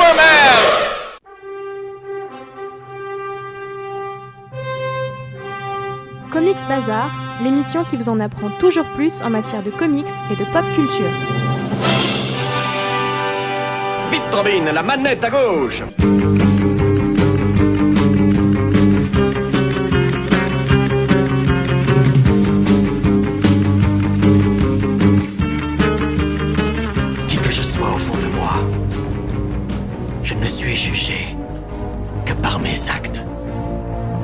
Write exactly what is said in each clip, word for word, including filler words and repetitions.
Superman! Comics Bazar, l'émission qui vous en apprend toujours plus en matière de comics et de pop culture. Vite, Robin, la manette à gauche! Qui que je sois au fond de moi, je ne suis jugé que par mes actes. Bruce ?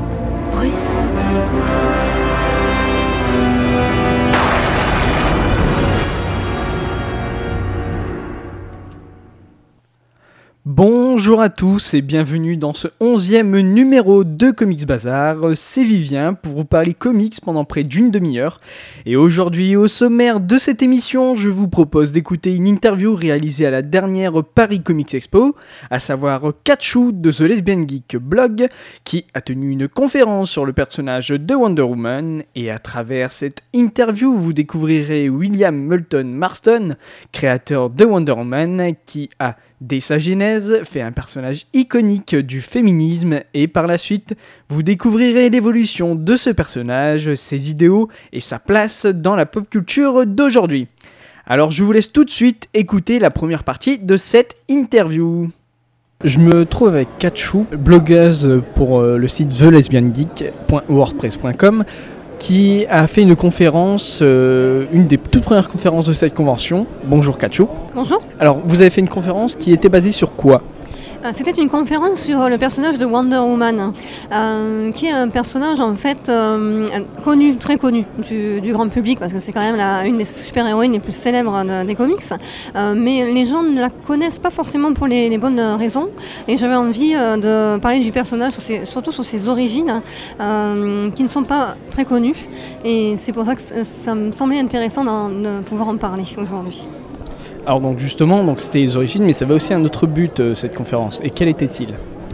Bonjour à tous et bienvenue dans ce onzième numéro de Comics Bazar. C'est Vivien pour vous parler comics pendant près d'une demi-heure. Et aujourd'hui, au sommaire de cette émission, je vous propose d'écouter une interview réalisée à la dernière Paris Comics Expo, à savoir Katchou de The Lesbian Geek Blog, qui a tenu une conférence sur le personnage de Wonder Woman. Et à travers cette interview, vous découvrirez William Moulton Marston, créateur de Wonder Woman, qui a, dès sa genèse, fait un personnage iconique du féminisme et par la suite, vous découvrirez l'évolution de ce personnage, ses idéaux et sa place dans la pop culture d'aujourd'hui. Alors je vous laisse tout de suite écouter la première partie de cette interview. Je me trouve avec Katchou, blogueuse pour euh, le site the lesbian geek point wordpress point com, qui a fait une conférence, euh, une des toutes premières conférences de cette convention. Bonjour Katchou. Bonjour. Alors, vous avez fait une conférence qui était basée sur quoi ? C'était une conférence sur le personnage de Wonder Woman, euh, qui est un personnage en fait euh, connu, très connu du, du grand public, parce que c'est quand même la, une des super-héroïnes les plus célèbres de, des comics, euh, mais les gens ne la connaissent pas forcément pour les, les bonnes raisons, et j'avais envie euh, de parler du personnage, sur ses, surtout sur ses origines, euh, qui ne sont pas très connues, et c'est pour ça que ça me semblait intéressant de pouvoir en parler aujourd'hui. Alors donc justement, donc c'était les origines, mais ça avait aussi un autre but, euh, cette conférence. Et quel était-il ?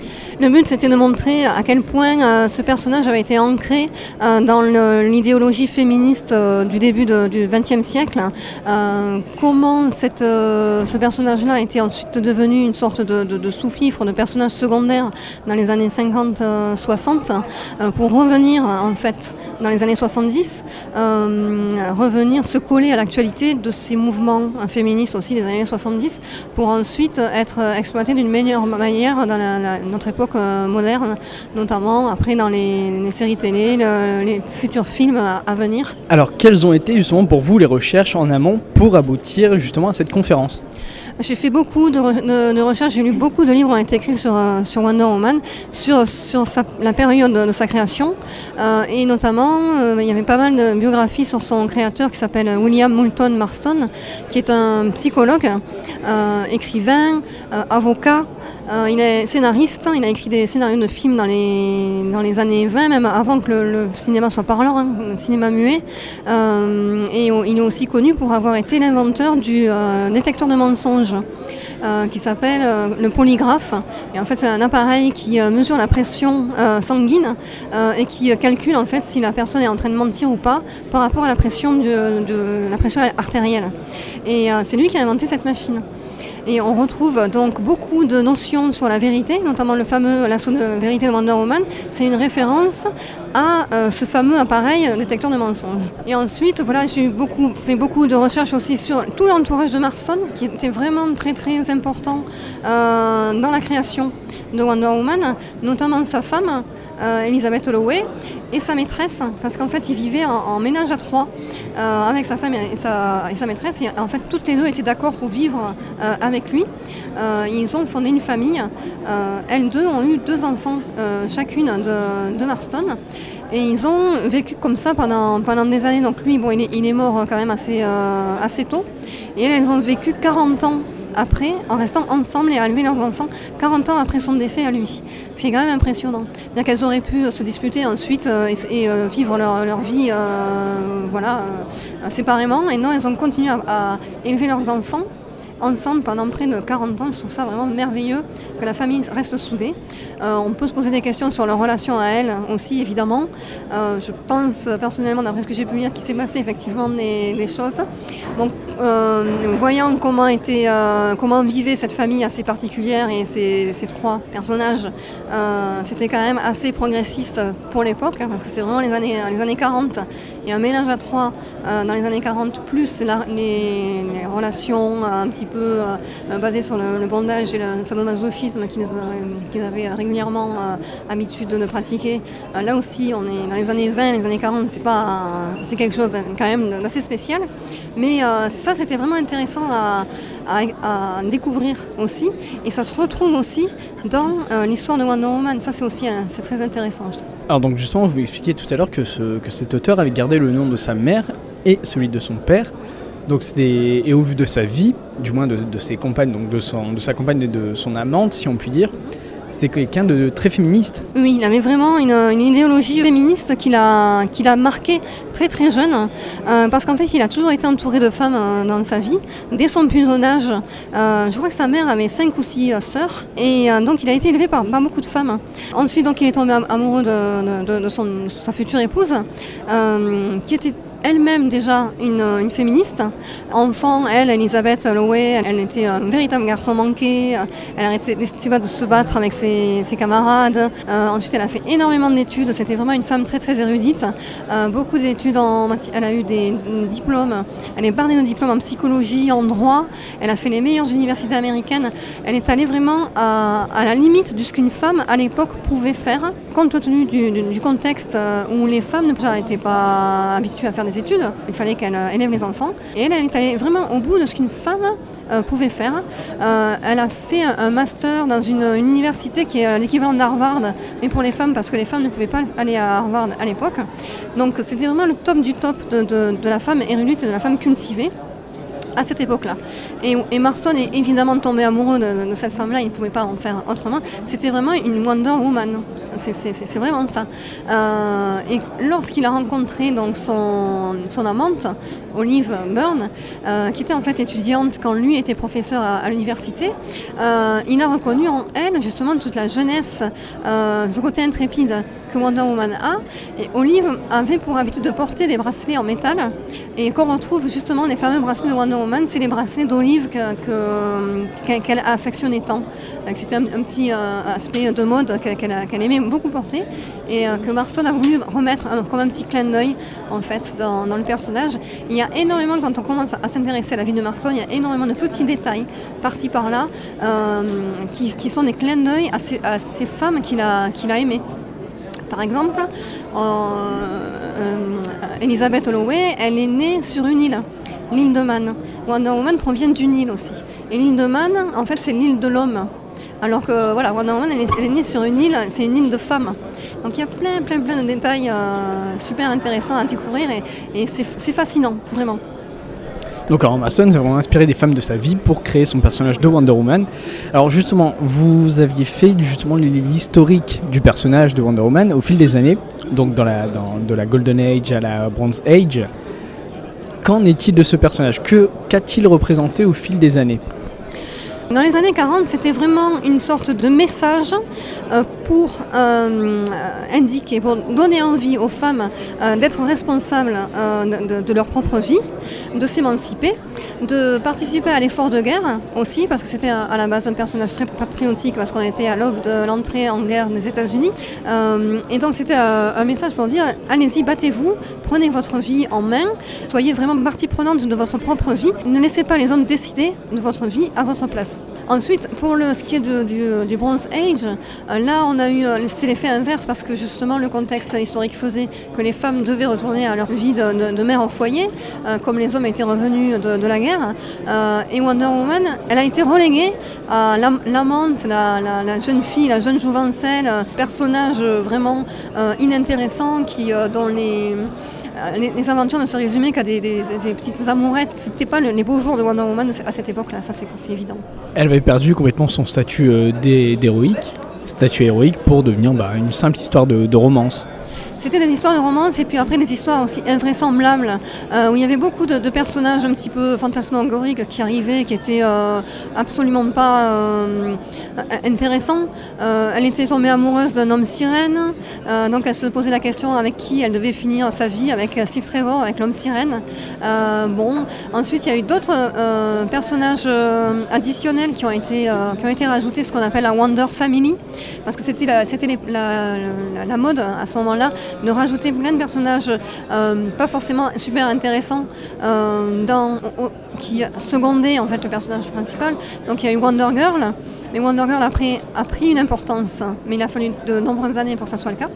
Le but, c'était de montrer à quel point euh, ce personnage avait été ancré euh, dans le, l'idéologie féministe euh, du début de, du vingtième siècle. Euh, comment cette, euh, ce personnage-là a été ensuite devenu une sorte de, de, de sous-fifre, de personnage secondaire dans les années cinquante soixante, euh, pour revenir en fait dans les années soixante-dix, euh, revenir se coller à l'actualité de ces mouvements féministes aussi des années soixante-dix, pour ensuite être exploité d'une meilleure manière dans la, la, notre époque moderne, notamment après dans les, les séries télé, le, les futurs films à, à venir. Alors, quelles ont été justement pour vous les recherches en amont pour aboutir justement à cette conférence ? J'ai fait beaucoup de, re- de, de recherches, j'ai lu beaucoup de livres qui ont été écrits sur, euh, sur Wonder Woman, sur, sur sa, la période de, de sa création, euh, et notamment euh, il y avait pas mal de biographies sur son créateur qui s'appelle William Moulton Marston, qui est un psychologue, euh, écrivain, euh, avocat, euh, il est scénariste, il a écrit des scénarios de films dans les, dans les années vingt, même avant que le, le cinéma soit parlant, hein, le cinéma muet, euh, et oh, il est aussi connu pour avoir été l'inventeur du euh, détecteur de mensonges, Euh, qui s'appelle euh, le polygraphe. Et en fait, c'est un appareil qui euh, mesure la pression euh, sanguine euh, et qui euh, calcule en fait si la personne est en train de mentir ou pas par rapport à la pression, du, de, la pression artérielle. Et euh, c'est lui qui a inventé cette machine. Et on retrouve donc beaucoup de notions sur la vérité, notamment le fameux lasso de vérité de Wonder Woman. C'est une référence à euh, ce fameux appareil détecteur de mensonges. Et ensuite, voilà, j'ai eu beaucoup, fait beaucoup de recherches aussi sur tout l'entourage de Marston, qui était vraiment très très important euh, dans la création de Wonder Woman, notamment sa femme, euh, Elizabeth Holloway, et sa maîtresse, parce qu'en fait, ils vivaient en, en ménage à trois euh, avec sa femme et sa, et sa maîtresse. Et en fait, toutes les deux étaient d'accord pour vivre euh, avec lui. Euh, ils ont fondé une famille. Euh, elles deux ont eu deux enfants euh, chacune de, de Marston. Et ils ont vécu comme ça pendant, pendant des années. Donc lui, bon, il est, il est mort quand même assez, euh, assez tôt. Et elles, elles ont vécu quarante ans après, en restant ensemble et à élever leurs enfants, quarante ans après son décès à lui. Ce qui est quand même impressionnant. C'est-à-dire qu'elles auraient pu se disputer ensuite euh, et, et euh, vivre leur, leur vie euh, voilà, euh, séparément. Et non, elles ont continué à, à élever leurs enfants ensemble pendant près de quarante ans. Je trouve ça vraiment merveilleux que la famille reste soudée. Euh, on peut se poser des questions sur leur relation à elle aussi, évidemment. Euh, je pense personnellement, d'après ce que j'ai pu lire, qu'il s'est passé effectivement des, des choses. Donc, euh, voyant comment, était, euh, comment vivait cette famille assez particulière et ces, ces trois personnages, euh, c'était quand même assez progressiste pour l'époque, hein, parce que c'est vraiment les années, les années quarante. Il y a un mélange à trois euh, dans les années quarante, plus la, les, les relations euh, un petit peu euh, basées sur le, le bondage et le sadomasochisme qu'ils, euh, qu'ils avaient régulièrement euh, habitude de pratiquer. Euh, là aussi, on est dans les années vingt, les années quarante, c'est, pas, euh, c'est quelque chose quand même d'assez spécial. Mais euh, ça, c'était vraiment intéressant à, à, à découvrir aussi. Et ça se retrouve aussi dans euh, l'histoire de Wonder Woman. Ça, c'est aussi un, c'est très intéressant, je trouve. Alors donc justement, vous m'expliquiez tout à l'heure que, ce, que cet auteur avait gardé le nom de sa mère et celui de son père. Donc c'était, et au vu de sa vie, du moins de, de ses compagnes, donc de, son, de sa compagne et de son amante, si on peut dire, c'était quelqu'un de très féministe. Oui, il avait vraiment une, une idéologie féministe qui l'a, qui l'a marqué très très jeune, euh, parce qu'en fait il a toujours été entouré de femmes euh, dans sa vie, dès son plus jeune âge. Euh, je crois que sa mère avait cinq ou six euh, sœurs, et euh, donc il a été élevé par, par beaucoup de femmes. Ensuite donc il est tombé amoureux de, de, de, son, de sa future épouse, euh, qui était elle-même déjà une, une féministe. Enfant, elle, Elizabeth Holloway, elle était un véritable garçon manqué. Elle arrêtait pas de se battre avec ses, ses camarades. Euh, ensuite, elle a fait énormément d'études. C'était vraiment une femme très très érudite. Euh, beaucoup d'études en elle a eu des diplômes. Elle est bardée de diplômes en psychologie, en droit. Elle a fait les meilleures universités américaines. Elle est allée vraiment à, à la limite de ce qu'une femme à l'époque pouvait faire, compte tenu du, du, du contexte où les femmes n'étaient pas habituées à faire des études, il fallait qu'elle euh, élève les enfants. Et elle, elle est allée vraiment au bout de ce qu'une femme euh, pouvait faire. Euh, elle a fait un, un master dans une, une université qui est l'équivalent d'Harvard, mais pour les femmes, parce que les femmes ne pouvaient pas aller à Harvard à l'époque. Donc c'était vraiment le top du top de, de, de la femme érudite et de la femme cultivée à cette époque-là. Et, et Marston est évidemment tombé amoureux de, de cette femme-là, il ne pouvait pas en faire autrement. C'était vraiment une Wonder Woman. C'est, c'est, c'est vraiment ça. Euh, et lorsqu'il a rencontré donc son, son amante, Olive Byrne, euh, qui était en fait étudiante quand lui était professeur à, à l'université, euh, il a reconnu en elle justement toute la jeunesse, euh, ce côté intrépide que Wonder Woman a. Et Olive avait pour habitude de porter des bracelets en métal, et qu'on retrouve justement les fameux bracelets de Wonder Woman, c'est les bracelets d'Olive que, que, qu'elle a affectionné tant. C'était un, un petit euh, aspect de mode qu'elle, qu'elle aimait beaucoup porter, et euh, que Marston a voulu remettre euh, comme un petit clin d'œil en fait dans, dans le personnage. Il y a énormément, quand on commence à s'intéresser à la vie de Marston, il y a énormément de petits détails par-ci par-là euh, qui, qui sont des clins d'œil à ces, à ces femmes qu'il a, qu'il a aimées. Par exemple, euh, euh, Elizabeth Holloway, elle est née sur une île, l'île de Man. Wonder Woman provient d'une île aussi. Et l'île de Man, en fait, c'est l'île de l'homme. Alors que voilà, Wonder Woman, elle est, elle est née sur une île, c'est une île de femmes. Donc il y a plein, plein, plein de détails euh, super intéressants à découvrir, et, et c'est, c'est fascinant, vraiment. Donc alors Marston s'est vraiment inspiré des femmes de sa vie pour créer son personnage de Wonder Woman. Alors justement, vous aviez fait justement l'historique du personnage de Wonder Woman au fil des années, donc dans la, dans, de la Golden Age à la Bronze Age. Qu'en est-il de ce personnage ? Que, qu'a-t-il représenté au fil des années ? Dans les années quarante, c'était vraiment une sorte de message euh, pour euh, indiquer, pour donner envie aux femmes euh, d'être responsables euh, de, de leur propre vie, de s'émanciper, de participer à l'effort de guerre aussi, parce que c'était à la base un personnage très patriotique, parce qu'on était à l'aube de l'entrée en guerre des États-Unis. Euh, et donc c'était un, un message pour dire, allez-y, battez-vous, prenez votre vie en main, soyez vraiment partie prenante de votre propre vie, ne laissez pas les hommes décider de votre vie à votre place. Ensuite, pour le, ce qui est de, du, du Bronze Age, euh, là on a eu, c'est l'effet inverse, parce que justement le contexte historique faisait que les femmes devaient retourner à leur vie de, de, de mère au foyer, euh, comme les hommes étaient revenus de, de la guerre. Euh, et Wonder Woman, elle a été reléguée à l'amante, la, la, la jeune fille, la jeune jouvencelle, personnage vraiment euh, inintéressant qui, euh, dont les... Les, les aventures ne se résumaient qu'à des, des, des petites amourettes. C'était pas le, les beaux jours de Wonder Woman à cette époque-là, ça c'est, c'est évident. Elle avait perdu complètement son statut euh, d'héroïque, statut héroïque, pour devenir bah, une simple histoire de, de romance. C'était des histoires de romance et puis après des histoires aussi invraisemblables euh, où il y avait beaucoup de, de personnages un petit peu fantasmagoriques qui arrivaient, qui étaient euh, absolument pas euh, intéressants. Euh, elle était tombée amoureuse d'un homme sirène, euh, donc elle se posait la question avec qui elle devait finir sa vie, avec Steve Trevor, avec l'homme sirène. Euh, bon, ensuite il y a eu d'autres euh, personnages euh, additionnels qui ont été euh, qui ont été rajoutés, ce qu'on appelle la Wonder Family, parce que c'était la, c'était les, la, la, la mode à ce moment-là de rajouter plein de personnages euh, pas forcément super intéressants euh, dans, au, qui secondaient en fait le personnage principal. Donc il y a eu Wonder Girl, mais Wonder Girl après a pris une importance, mais il a fallu de nombreuses années pour que ça soit le cas.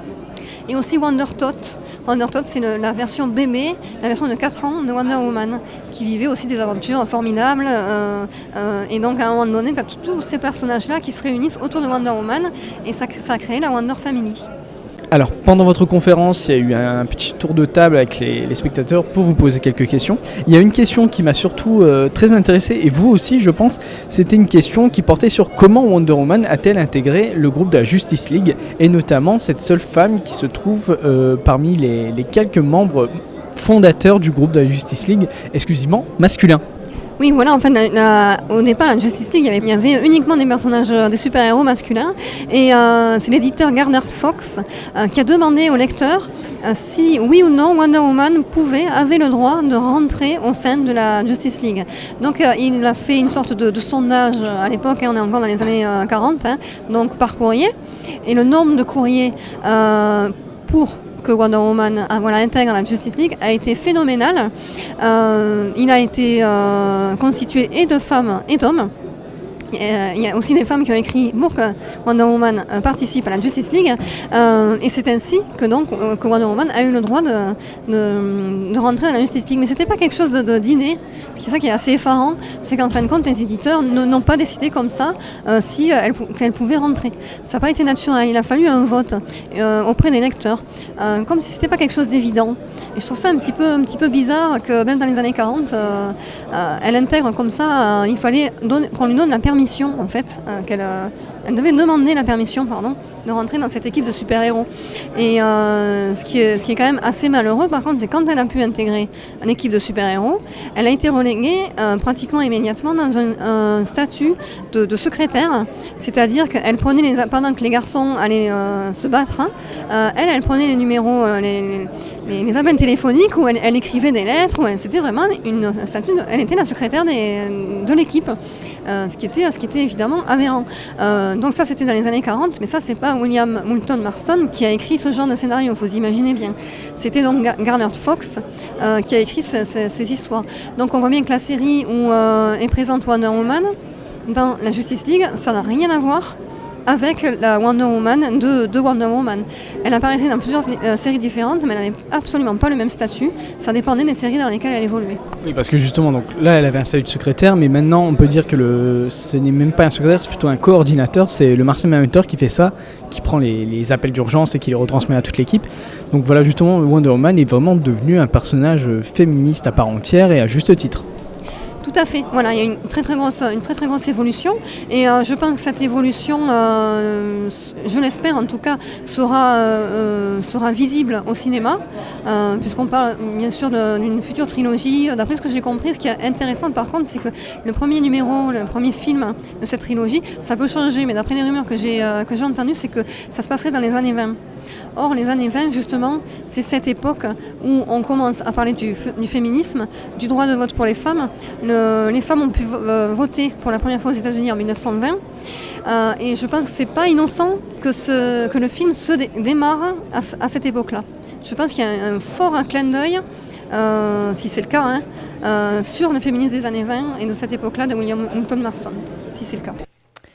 Et aussi Wonder Tot. Wonder Tot, c'est le, la version bébé, la version de quatre ans de Wonder Woman, qui vivait aussi des aventures formidables. Euh, euh, et donc à un moment donné, tu as tous ces personnages-là qui se réunissent autour de Wonder Woman, et ça, ça a créé la Wonder Family. Alors, pendant votre conférence, il y a eu un petit tour de table avec les, les spectateurs pour vous poser quelques questions. Il y a une question qui m'a surtout euh, très intéressé, et vous aussi, je pense, c'était une question qui portait sur comment Wonder Woman a-t-elle intégré le groupe de la Justice League, et notamment cette seule femme qui se trouve euh, parmi les, les quelques membres fondateurs du groupe de la Justice League, exclusivement masculin. Oui, voilà, en fait, la, la, au départ, la Justice League, il y avait, il y avait uniquement des personnages, des super-héros masculins. Et euh, c'est l'éditeur Gardner Fox euh, qui a demandé aux lecteurs euh, si, oui ou non, Wonder Woman pouvait, avait le droit de rentrer au sein de la Justice League. Donc, euh, il a fait une sorte de, de sondage à l'époque, hein, on est encore dans les années euh, quarante, hein, donc par courrier. Et le nombre de courriers euh, pour que Wonder Woman euh, voilà, intègre la Justice League a été phénoménal. Euh, il a été euh, constitué et de femmes et d'hommes. Euh, il y a aussi des femmes qui ont écrit pour que Wonder Woman euh, participe à la Justice League euh, et c'est ainsi que, donc, euh, que Wonder Woman a eu le droit de, de, de rentrer dans la Justice League. Mais c'était pas quelque chose de, de d'inné. C'est ça qui est assez effarant, c'est qu'en fin de compte les éditeurs ne, n'ont pas décidé comme ça euh, si euh, elle, qu'elle pouvait rentrer. Ça n'a pas été naturel, il a fallu un vote euh, auprès des lecteurs, euh, comme si c'était pas quelque chose d'évident. Et je trouve ça un petit peu, un petit peu bizarre que même dans les années quarante, euh, euh, elle intègre comme ça, euh, il fallait donner, qu'on lui donne la permission en fait, euh, qu'elle euh, elle devait demander la permission pardon, de rentrer dans cette équipe de super-héros. Et euh, ce, qui est, ce qui est quand même assez malheureux par contre, c'est quand elle a pu intégrer une équipe de super-héros, elle a été reléguée euh, pratiquement immédiatement dans un, un statut de, de secrétaire, c'est-à-dire qu'elle prenait les, pendant que les garçons allaient euh, se battre, hein, euh, elle, elle prenait les numéros, euh, les, les, les appels téléphoniques où elle, elle écrivait des lettres, où elle, c'était vraiment une, un statut, de, elle était la secrétaire des, de l'équipe. Euh, ce, qui était, ce qui était évidemment aberrant. Euh, donc ça c'était dans les années quarante, mais ça c'est pas William Moulton Marston qui a écrit ce genre de scénario, il faut s'imaginer bien. C'était donc Gardner Fox euh, qui a écrit ce, ce, ces histoires. Donc on voit bien que la série où euh, est présente Wonder Woman dans la Justice League, ça n'a rien à voir avec la Wonder Woman de, de Wonder Woman. Elle apparaissait dans plusieurs euh, séries différentes, mais elle n'avait absolument pas le même statut. Ça dépendait des séries dans lesquelles elle évoluait. Oui, parce que justement, donc là, elle avait un statut de secrétaire, mais maintenant, on peut dire que le, ce n'est même pas un secrétaire, c'est plutôt un coordinateur. C'est le Martian Manhunter qui fait ça, qui prend les, les appels d'urgence et qui les retransmet à toute l'équipe. Donc voilà, justement, Wonder Woman est vraiment devenu un personnage féministe à part entière et à juste titre. Tout à fait. Voilà, il y a une très très grosse, une très très grosse évolution, et euh, je pense que cette évolution, euh, je l'espère en tout cas, sera euh, sera visible au cinéma, euh, puisqu'on parle bien sûr de, d'une future trilogie. D'après ce que j'ai compris, ce qui est intéressant par contre, c'est que le premier numéro, le premier film de cette trilogie, ça peut changer, mais d'après les rumeurs que j'ai euh, que j'ai entendues, c'est que ça se passerait dans les années vingt. Or, les années vingt, justement, c'est cette époque où on commence à parler du, f- du féminisme, du droit de vote pour les femmes. Le, les femmes ont pu vo- euh, voter pour la première fois aux États-Unis en dix-neuf cent vingt. Euh, et je pense que c'est pas innocent que, ce, que le film se dé- démarre à, à cette époque-là. Je pense qu'il y a un, un fort un clin d'œil, euh, si c'est le cas, hein, euh, sur le féminisme des années vingt et de cette époque-là de William Moulton Marston, si c'est le cas.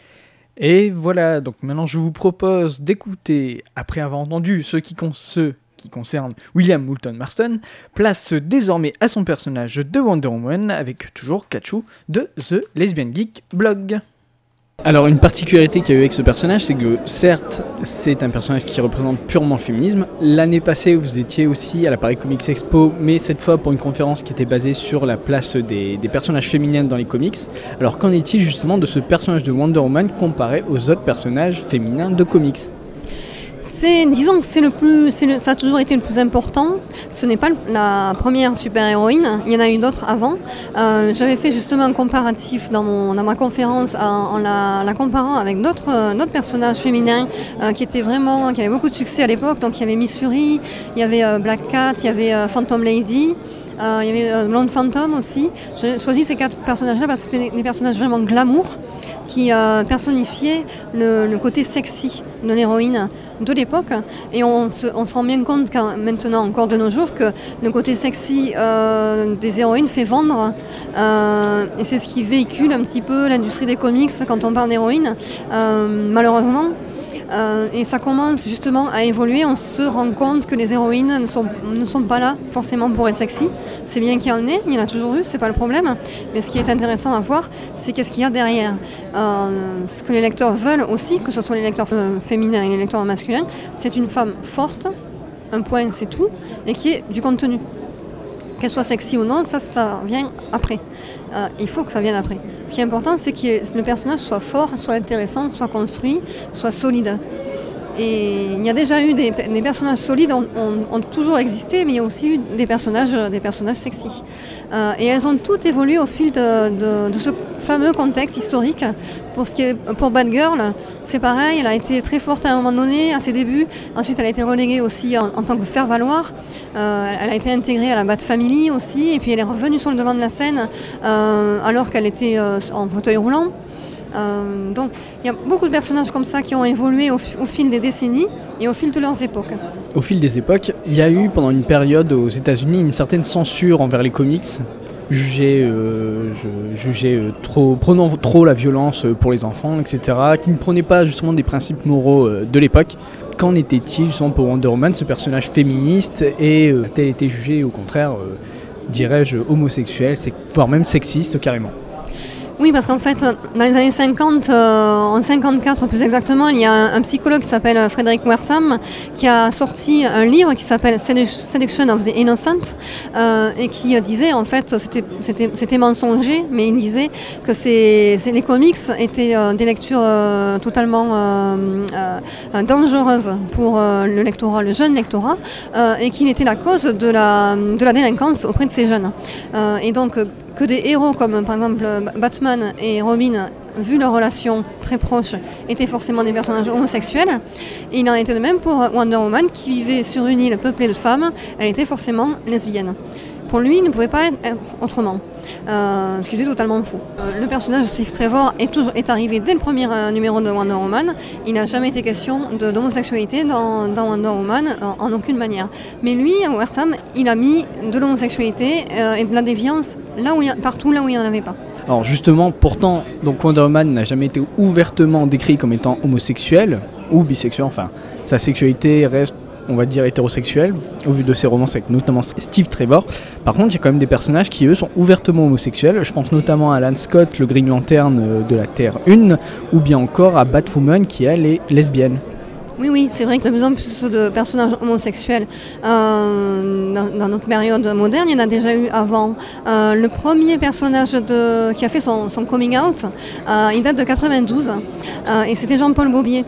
Et voilà, donc maintenant je vous propose d'écouter, après avoir entendu ceux qui, con- ceux qui concernent William Moulton Marston, place désormais à son personnage de Wonder Woman avec toujours Kachou de The Lesbian Geek Blog. Alors une particularité qu'il y a eu avec ce personnage, c'est que certes c'est un personnage qui représente purement le féminisme. L'année passée vous étiez aussi à la Paris Comics Expo, mais cette fois pour une conférence qui était basée sur la place des, des personnages féminins dans les comics. Alors qu'en est-il justement de ce personnage de Wonder Woman comparé aux autres personnages féminins de comics ? C'est, disons que c'est le plus, c'est le, ça a toujours été le plus important. Ce n'est pas le, la première super-héroïne, il y en a eu d'autres avant. Euh, j'avais fait justement un comparatif dans, mon, dans ma conférence en, en la, la comparant avec d'autres, euh, d'autres personnages féminins euh, qui étaient vraiment, qui avaient beaucoup de succès à l'époque. Donc il y avait Miss Fury, il y avait euh, Black Cat, il y avait euh, Phantom Lady. Euh, il y avait euh, Blonde Phantom aussi. J'ai choisi ces quatre personnages-là parce que c'était des, des personnages vraiment glamour qui euh, personnifiaient le, le côté sexy de l'héroïne de l'époque. Et on se, on se rend bien compte quand, maintenant, encore de nos jours, que le côté sexy euh, des héroïnes fait vendre. Euh, et c'est ce qui véhicule un petit peu l'industrie des comics quand on parle d'héroïne, euh, malheureusement. Euh, et ça commence justement à évoluer, on se rend compte que les héroïnes ne sont, ne sont pas là forcément pour être sexy. C'est bien qu'il y en ait, il y en a toujours eu, c'est pas le problème. Mais ce qui est intéressant à voir, c'est qu'est-ce qu'il y a derrière. Euh, ce que les lecteurs veulent aussi, que ce soit les lecteurs euh, féminins et les lecteurs masculins, c'est une femme forte, un point c'est tout, et qui est du contenu. Qu'elle soit sexy ou non, ça, ça vient après. Euh, il faut que ça vienne après. Ce qui est important, c'est que le personnage soit fort, soit intéressant, soit construit, soit solide. Et il y a déjà eu des, des personnages solides, ont, ont, ont toujours existé, mais il y a aussi eu des personnages, des personnages sexy. Euh, et elles ont toutes évolué au fil de, de, de ce fameux contexte historique. Pour, ce qui est, pour Batgirl, c'est pareil, elle a été très forte à un moment donné, à ses débuts. Ensuite, elle a été reléguée aussi en, en tant que faire-valoir. Euh, elle a été intégrée à la Bat Family aussi, et puis elle est revenue sur le devant de la scène euh, alors qu'elle était euh, en fauteuil roulant. Euh, donc il y a beaucoup de personnages comme ça qui ont évolué au, au fil des décennies et au fil de leurs époques. Au fil des époques, il y a eu pendant une période aux États-Unis une certaine censure envers les comics, jugée, euh, jugée euh, trop, prenant trop la violence pour les enfants, et cetera, qui ne prenait pas justement des principes moraux euh, de l'époque. Qu'en était-il justement pour Wonder Woman, ce personnage féministe, et euh, a-t-elle été jugée au contraire, euh, dirais-je, homosexuelle, voire même sexiste carrément? Oui, parce qu'en fait, dans les années cinquante, euh, en cinquante-quatre plus exactement, il y a un, un psychologue qui s'appelle Frederick Wertham qui a sorti un livre qui s'appelle Seduction of the Innocent euh, et qui euh, disait, en fait, c'était, c'était, c'était mensonger, mais il disait que c'est, c'est, les comics étaient euh, des lectures euh, totalement euh, euh, dangereuses pour euh, le lectorat, le jeune lectorat, euh, et qu'il était la cause de la, de la délinquance auprès de ces jeunes. Euh, et donc, que des héros comme par exemple Batman et Robin, vu leur relation très proche, étaient forcément des personnages homosexuels. Et il en était de même pour Wonder Woman qui vivait sur une île peuplée de femmes, elle était forcément lesbienne. Pour lui, il ne pouvait pas être autrement. Euh, ce qui était totalement faux. Euh, le personnage de Steve Trevor est, toujours, est arrivé dès le premier euh, numéro de Wonder Woman. Il n'a jamais été question de, d'homosexualité dans, dans Wonder Woman en, en aucune manière. Mais lui, Wertham, il a mis de l'homosexualité euh, et de la déviance là où il y a, partout là où il n'y en avait pas. Alors justement, pourtant, donc Wonder Woman n'a jamais été ouvertement décrit comme étant homosexuel ou bisexuel. Enfin, sa sexualité reste, on va dire, hétérosexuel, au vu de ses romances avec notamment Steve Trevor. Par contre, il y a quand même des personnages qui, eux, sont ouvertement homosexuels. Je pense notamment à Alan Scott, le Green Lantern de la Terre un, ou bien encore à Batwoman, qui, elle, est lesbienne. Oui, oui, c'est vrai que de plus en plus de personnages homosexuels euh, dans, dans notre période moderne, il y en a déjà eu avant. Euh, le premier personnage de, qui a fait son, son coming out, euh, il date de quatre-vingt-douze, euh, et c'était Jean-Paul Beaubier.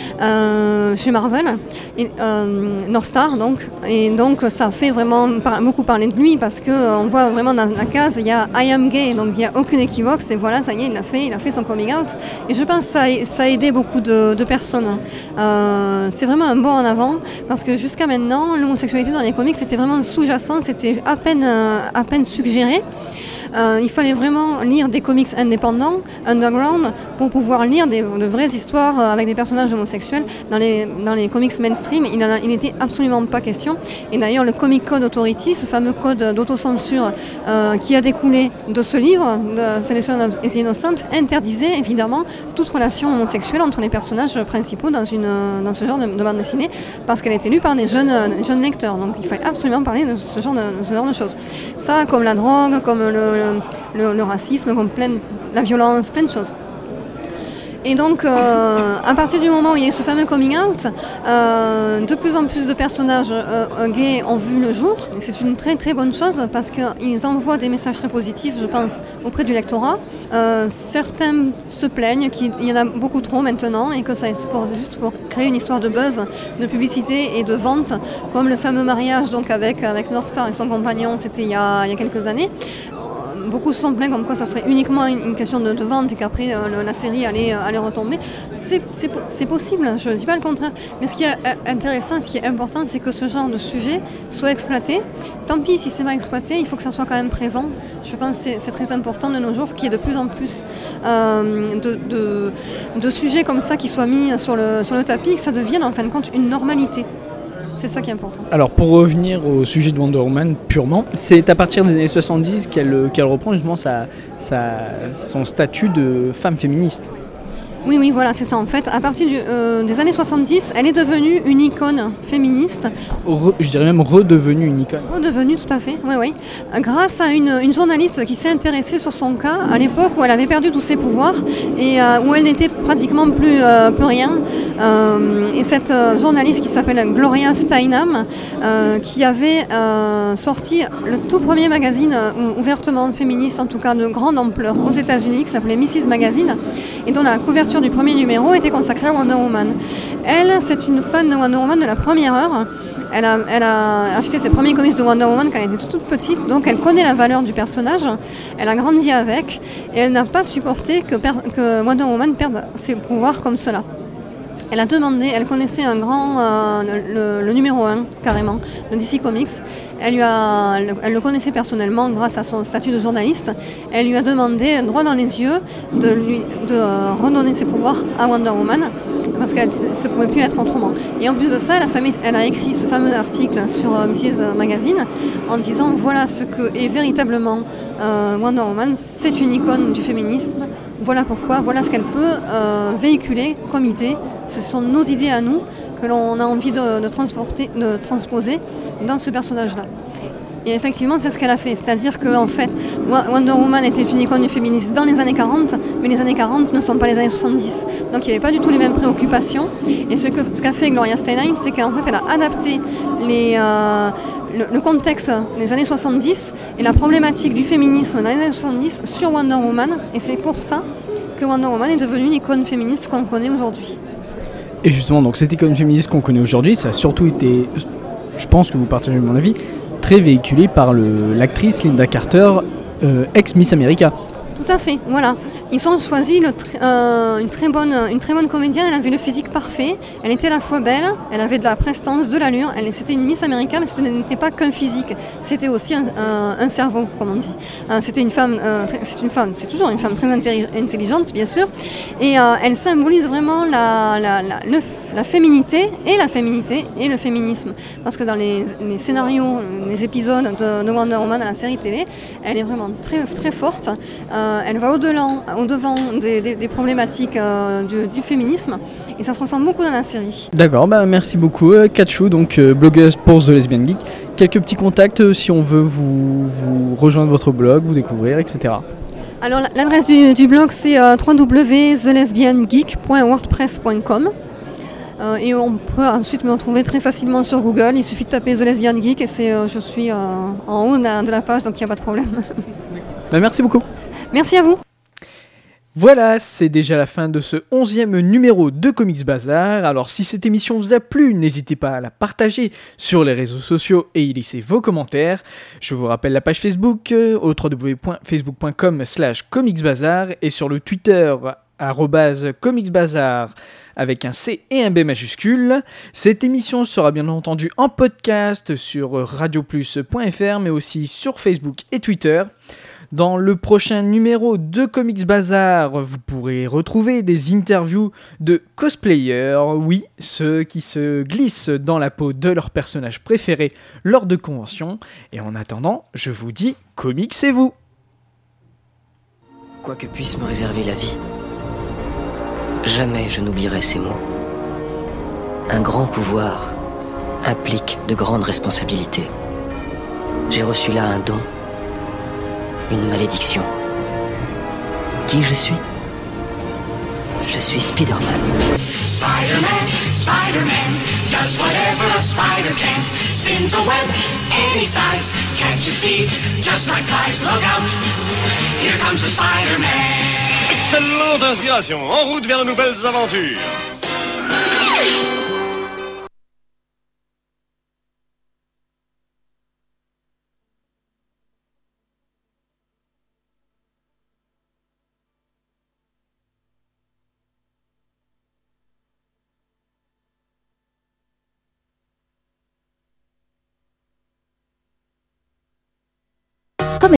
Euh, chez Marvel, et, euh, North Star donc, et donc ça fait vraiment par, beaucoup parler de lui parce que euh, on voit vraiment dans la case il y a I am gay, donc il n'y a aucune équivoque, c'est voilà, ça y est, il l'a fait, il a fait son coming out, et je pense que ça, ça a aidé beaucoup de, de personnes. Euh, c'est vraiment un bond en avant parce que jusqu'à maintenant l'homosexualité dans les comics c'était vraiment sous-jacent, c'était à peine, euh, à peine suggéré. Euh, il fallait vraiment lire des comics indépendants, underground, pour pouvoir lire des, de vraies histoires avec des personnages homosexuels. Dans les, dans les comics mainstream, il n'était absolument pas question. Et d'ailleurs, le Comic Code Authority, ce fameux code d'autocensure euh, qui a découlé de ce livre, de Selection of the Innocent, interdisait évidemment toute relation homosexuelle entre les personnages principaux dans, une, dans ce genre de, de bande dessinée, parce qu'elle était lue par des jeunes, jeunes lecteurs. Donc il fallait absolument parler de ce genre de, de, ce genre de choses. Ça, comme la drogue, comme le Le, le, le racisme, comme plein, la violence, plein de choses. Et donc, euh, à partir du moment où il y a eu ce fameux coming out, euh, de plus en plus de personnages euh, gays ont vu le jour. Et c'est une très très bonne chose parce qu'ils envoient des messages très positifs, je pense, auprès du lectorat. Euh, certains se plaignent qu'il y en a beaucoup trop maintenant et que ça est pour, juste pour créer une histoire de buzz, de publicité et de vente, comme le fameux mariage donc, avec, avec Northstar et son compagnon, c'était il y a, il y a quelques années. Beaucoup se sont plaints comme quoi ça serait uniquement une question de, de vente et qu'après euh, le, la série allait, euh, allait retomber. C'est, c'est, c'est possible, je ne dis pas le contraire. Mais ce qui est intéressant, ce qui est important, c'est que ce genre de sujet soit exploité. Tant pis si c'est mal exploité, il faut que ça soit quand même présent. Je pense que c'est, c'est très important de nos jours qu'il y ait de plus en plus euh, de, de, de sujets comme ça qui soient mis sur le, sur le tapis et que ça devienne en fin de compte une normalité. C'est ça qui est important. Alors pour revenir au sujet de Wonder Woman purement, c'est à partir des années soixante-dix qu'elle, qu'elle reprend justement sa, sa, son statut de femme féministe. Oui, oui, voilà, c'est ça. En fait, à partir du, euh, des années soixante-dix, elle est devenue une icône féministe. Re, je dirais même redevenue une icône. Redevenue, tout à fait, oui, oui. Grâce à une, une journaliste qui s'est intéressée sur son cas à l'époque où elle avait perdu tous ses pouvoirs et euh, où elle n'était pratiquement plus, euh, plus rien. Euh, et cette euh, journaliste qui s'appelle Gloria Steinem, euh, qui avait euh, sorti le tout premier magazine euh, ouvertement féministe, en tout cas de grande ampleur, aux États-Unis, qui s'appelait missus Magazine, et dont la couverture du premier numéro était consacrée à Wonder Woman. Elle, c'est une fan de Wonder Woman de la première heure. Elle a, elle a acheté ses premiers comics de Wonder Woman quand elle était toute petite, donc elle connaît la valeur du personnage, elle a grandi avec, et elle n'a pas supporté que, per- que Wonder Woman perde ses pouvoirs comme cela. Elle a demandé, elle connaissait un grand, euh, le, le numéro un carrément, de D C Comics. Elle, lui a, elle le connaissait personnellement grâce à son statut de journaliste. Elle lui a demandé, droit dans les yeux, de, lui, de euh, redonner ses pouvoirs à Wonder Woman, parce que ça ne pouvait plus être autrement. Et en plus de ça, elle a, famille, elle a écrit ce fameux article sur euh, missus Magazine en disant voilà ce que est véritablement euh, Wonder Woman, c'est une icône du féminisme. Voilà pourquoi, voilà ce qu'elle peut euh, véhiculer comme idée. Ce sont nos idées à nous que l'on a envie de, de, transporter, de transposer dans ce personnage-là. Et effectivement, c'est ce qu'elle a fait. C'est-à-dire que en fait, Wonder Woman était une icône féministe dans les années quarante, mais les années quarante ne sont pas les années soixante-dix. Donc il n'y avait pas du tout les mêmes préoccupations. Et ce, que, ce qu'a fait Gloria Steinem, c'est qu'en fait, elle a adapté les, euh, le, le contexte des années soixante-dix et la problématique du féminisme dans les années soixante-dix sur Wonder Woman. Et c'est pour ça que Wonder Woman est devenue une icône féministe qu'on connaît aujourd'hui. Et justement, donc cette icône féministe qu'on connaît aujourd'hui, ça a surtout été, je pense que vous partagez mon avis, très véhiculé par le, l'actrice Lynda Carter, euh, ex-Miss America. Tout à fait, voilà. Ils ont choisi le tr- euh, une, très bonne, une très bonne comédienne, elle avait le physique parfait, elle était à la fois belle, elle avait de la prestance, de l'allure, elle, c'était une Miss America, mais ce n'était pas qu'un physique, c'était aussi un, un, un cerveau, comme on dit. Euh, c'était une femme, euh, très, c'est une femme, c'est toujours une femme très intelli- intelligente, bien sûr, et euh, elle symbolise vraiment la, la, la, le, la féminité, et la féminité, et le féminisme. Parce que dans les, les scénarios, les épisodes de, de Wonder Woman à la série télé, elle est vraiment très, très forte. Euh, Elle va au-delà, au-devant des, des, des problématiques euh, du, du féminisme et ça se ressent beaucoup dans la série. D'accord, bah merci beaucoup euh, Katchou, donc euh, blogueuse pour The Lesbian Geek. Quelques petits contacts euh, si on veut vous, vous rejoindre votre blog, vous découvrir, et cetera. Alors l'adresse du, du blog c'est euh, w w w point the lesbian geek point wordpress point com euh, et on peut ensuite me retrouver très facilement sur Google, il suffit de taper The Lesbian Geek et c'est, euh, je suis euh, en haut de la, de la page donc il n'y a pas de problème. Bah merci beaucoup. Merci à vous. Voilà, c'est déjà la fin de ce onzième numéro de Comics Bazar. Alors si cette émission vous a plu, n'hésitez pas à la partager sur les réseaux sociaux et y laisser vos commentaires. Je vous rappelle la page Facebook euh, au w w w point facebook point com slash comicsbazar et sur le Twitter arobase comicsbazar avec un C et un B majuscule. Cette émission sera bien entendu en podcast sur radioplus point f r mais aussi sur Facebook et Twitter. Dans le prochain numéro de Comics Bazar, vous pourrez retrouver des interviews de cosplayers, oui, ceux qui se glissent dans la peau de leur personnage préféré lors de conventions. Et en attendant, je vous dis, comicsez-vous! Quoi que puisse me réserver la vie, jamais je n'oublierai ces mots. Un grand pouvoir implique de grandes responsabilités. J'ai reçu là un don, une malédiction. Qui je suis ? Je suis Spider-Man. Spider-Man, Spider-Man, does whatever a spider can. Spins a web any size, catches thieves just like flies. Look out, here comes the Spider-Man. Excellente inspiration, en route vers de nouvelles aventures.